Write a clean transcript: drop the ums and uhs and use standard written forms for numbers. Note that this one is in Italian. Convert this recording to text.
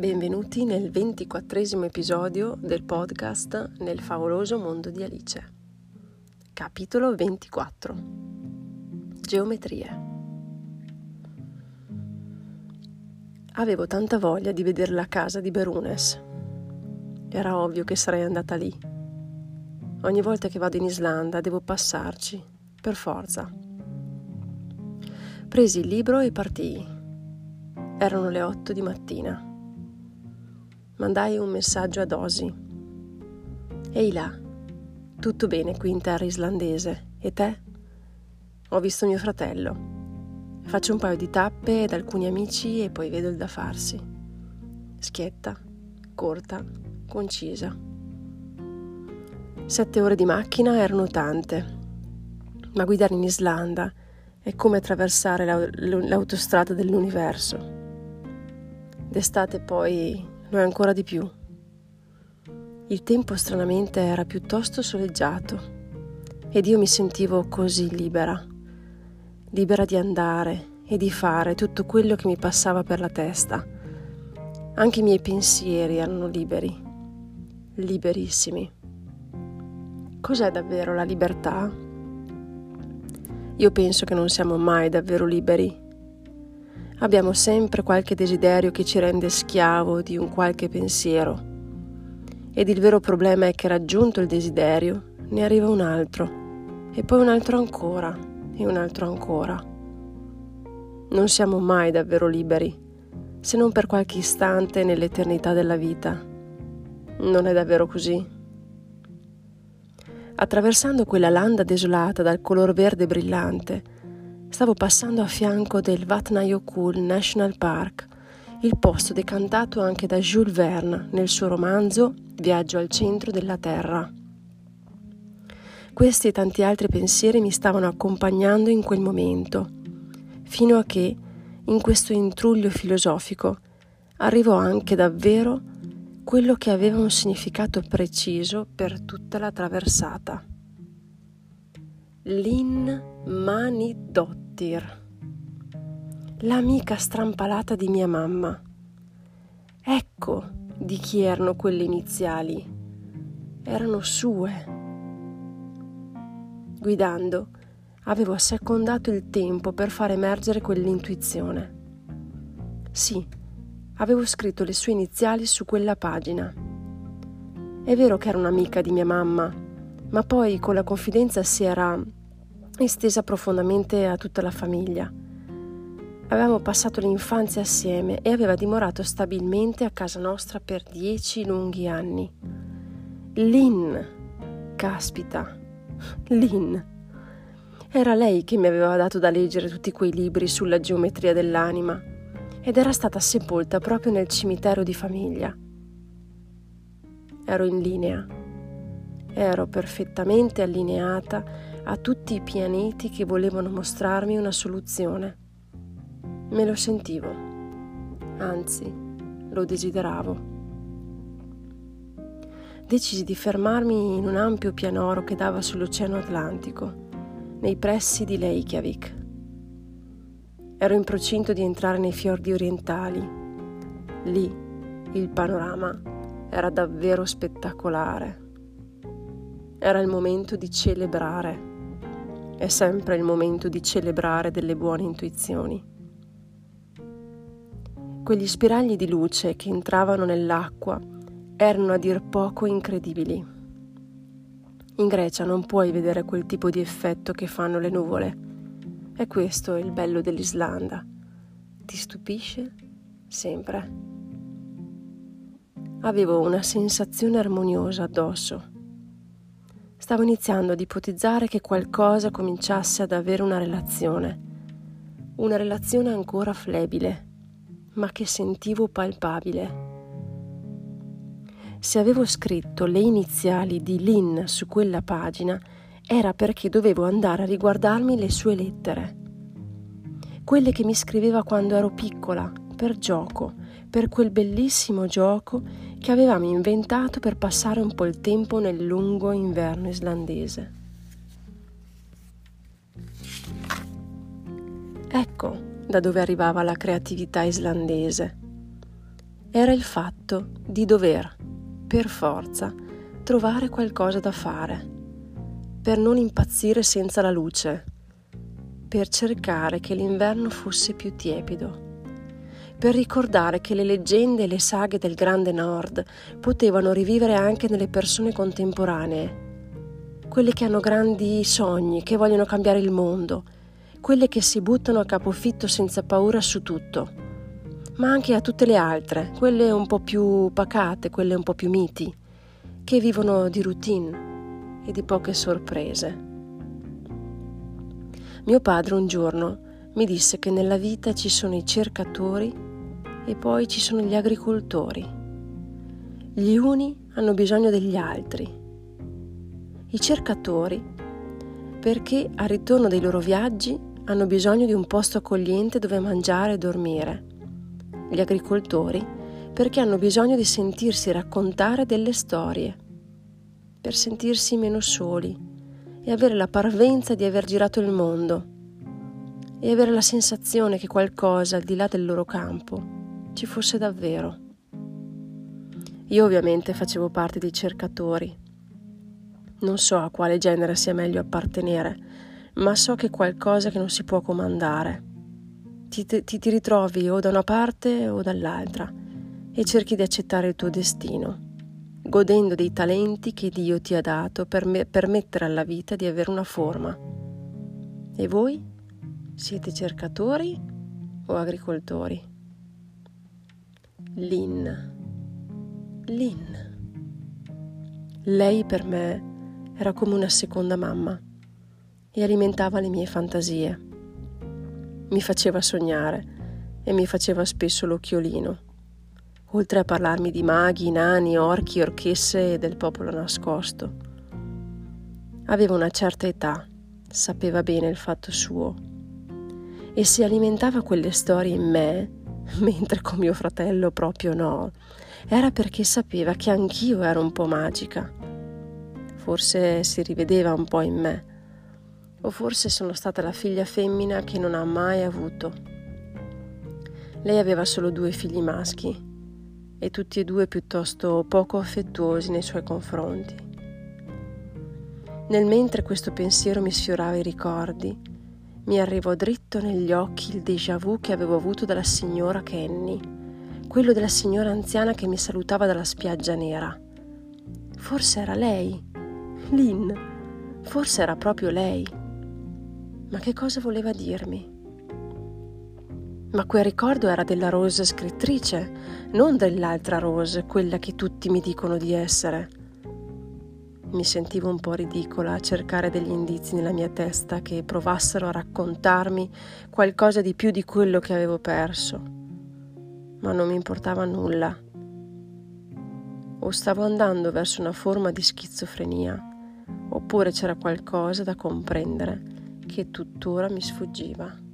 Benvenuti nel 24esimo episodio del podcast Nel favoloso mondo di Alice. Capitolo 24. Geometrie. Avevo tanta voglia di vedere la casa di Berunes. Era ovvio che sarei andata lì. Ogni volta che vado in Islanda devo passarci, per forza. Presi il libro e partii. Erano le 8 di mattina. Mandai un messaggio ad Osi. Ehi là, tutto bene qui in terra islandese? E te? Ho visto mio fratello. Faccio un paio di tappe ed alcuni amici e poi vedo il da farsi. Schietta, corta, concisa. 7 ore di macchina erano tante, ma guidare in Islanda è come attraversare l'autostrada dell'universo. D'estate poi lo è ancora di più. Il tempo stranamente era piuttosto soleggiato ed io mi sentivo così libera di andare e di fare tutto quello che mi passava per la testa. Anche i miei pensieri erano liberi, liberissimi. Cos'è davvero la libertà? Io penso che non siamo mai davvero liberi. Abbiamo sempre qualche desiderio che ci rende schiavo di un qualche pensiero. Ed il vero problema è che raggiunto il desiderio, ne arriva un altro, e poi un altro ancora, e un altro ancora. Non siamo mai davvero liberi, se non per qualche istante nell'eternità della vita. Non è davvero così? Attraversando quella landa desolata dal color verde brillante, stavo passando a fianco del Vatnajökull National Park, il posto decantato anche da Jules Verne nel suo romanzo Viaggio al centro della Terra. Questi e tanti altri pensieri mi stavano accompagnando in quel momento, fino a che, in questo intruglio filosofico, arrivò anche davvero quello che aveva un significato preciso per tutta la traversata. Lin-Manidottir, l'amica strampalata di mia mamma. Ecco di chi erano quelle iniziali. Erano sue. Guidando, avevo assecondato il tempo per far emergere quell'intuizione. Sì, avevo scritto le sue iniziali su quella pagina. È vero che era un'amica di mia mamma, ma poi con la confidenza si era estesa profondamente a tutta la famiglia. Avevamo passato l'infanzia assieme e aveva dimorato stabilmente a casa nostra per 10 lunghi anni. Lynn, caspita, Lynn. Era lei che mi aveva dato da leggere tutti quei libri sulla geometria dell'anima ed era stata sepolta proprio nel cimitero di famiglia. Ero in linea. Ero perfettamente allineata a tutti i pianeti che volevano mostrarmi una soluzione. Me lo sentivo, anzi, lo desideravo. Decisi di fermarmi in un ampio pianoro che dava sull'Oceano Atlantico, nei pressi di Reykjavik. Ero in procinto di entrare nei fiordi orientali. Lì il panorama era davvero spettacolare. Era il momento di celebrare. È sempre il momento di celebrare delle buone intuizioni. Quegli spiragli di luce che entravano nell'acqua erano a dir poco incredibili. In Grecia non puoi vedere quel tipo di effetto che fanno le nuvole. E questo è il bello dell'Islanda. Ti stupisce sempre. Avevo una sensazione armoniosa addosso. Stavo iniziando ad ipotizzare che qualcosa cominciasse ad avere una relazione ancora flebile, ma che sentivo palpabile. Se avevo scritto le iniziali di Lynn su quella pagina, era perché dovevo andare a riguardarmi le sue lettere. Quelle che mi scriveva quando ero piccola, per gioco, per quel bellissimo gioco che avevamo inventato per passare un po' il tempo nel lungo inverno islandese. Ecco da dove arrivava la creatività islandese. era il fatto di dover, per forza, trovare qualcosa da fare, per non impazzire senza la luce, per cercare che l'inverno fosse più tiepido, per ricordare che le leggende e le saghe del Grande Nord potevano rivivere anche nelle persone contemporanee, quelle che hanno grandi sogni, che vogliono cambiare il mondo, quelle che si buttano a capofitto senza paura su tutto, ma anche a tutte le altre, quelle un po' più pacate, quelle un po' più miti, che vivono di routine e di poche sorprese. Mio padre un giorno mi disse che nella vita ci sono i cercatori e poi ci sono gli agricoltori. Gli uni hanno bisogno degli altri. I cercatori perché al ritorno dei loro viaggi hanno bisogno di un posto accogliente dove mangiare e dormire. Gli agricoltori perché hanno bisogno di sentirsi raccontare delle storie, per sentirsi meno soli e avere la parvenza di aver girato il mondo e avere la sensazione che qualcosa al di là del loro campo ci fosse davvero. Io ovviamente facevo parte dei cercatori. Non so a quale genere sia meglio appartenere, ma so che è qualcosa che non si può comandare. Ti ritrovi o da una parte o dall'altra e cerchi di accettare il tuo destino, godendo dei talenti che Dio ti ha dato per permettere alla vita di avere una forma. E voi? Siete cercatori o agricoltori? Lynn. Lei per me era come una seconda mamma e alimentava le mie fantasie. Mi faceva sognare e mi faceva spesso l'occhiolino, oltre a parlarmi di maghi, nani, orchi, orchesse e del popolo nascosto. Aveva una certa età, sapeva bene il fatto suo e se alimentava quelle storie in me, mentre con mio fratello proprio no, era perché sapeva che anch'io ero un po' magica. Forse si rivedeva un po' in me, o forse sono stata la figlia femmina che non ha mai avuto. Lei aveva solo 2 figli maschi e tutti e 2 piuttosto poco affettuosi nei suoi confronti. Nel mentre questo pensiero mi sfiorava i ricordi, mi arrivò dritto negli occhi il déjà vu che avevo avuto dalla signora Kenny, quello della signora anziana che mi salutava dalla spiaggia nera. Forse era lei, Lynn, forse era proprio lei. Ma che cosa voleva dirmi? Ma quel ricordo era della Rose scrittrice, non dell'altra Rose, quella che tutti mi dicono di essere. Mi sentivo un po' ridicola a cercare degli indizi nella mia testa che provassero a raccontarmi qualcosa di più di quello che avevo perso. Ma non mi importava nulla. O stavo andando verso una forma di schizofrenia, oppure c'era qualcosa da comprendere che tuttora mi sfuggiva.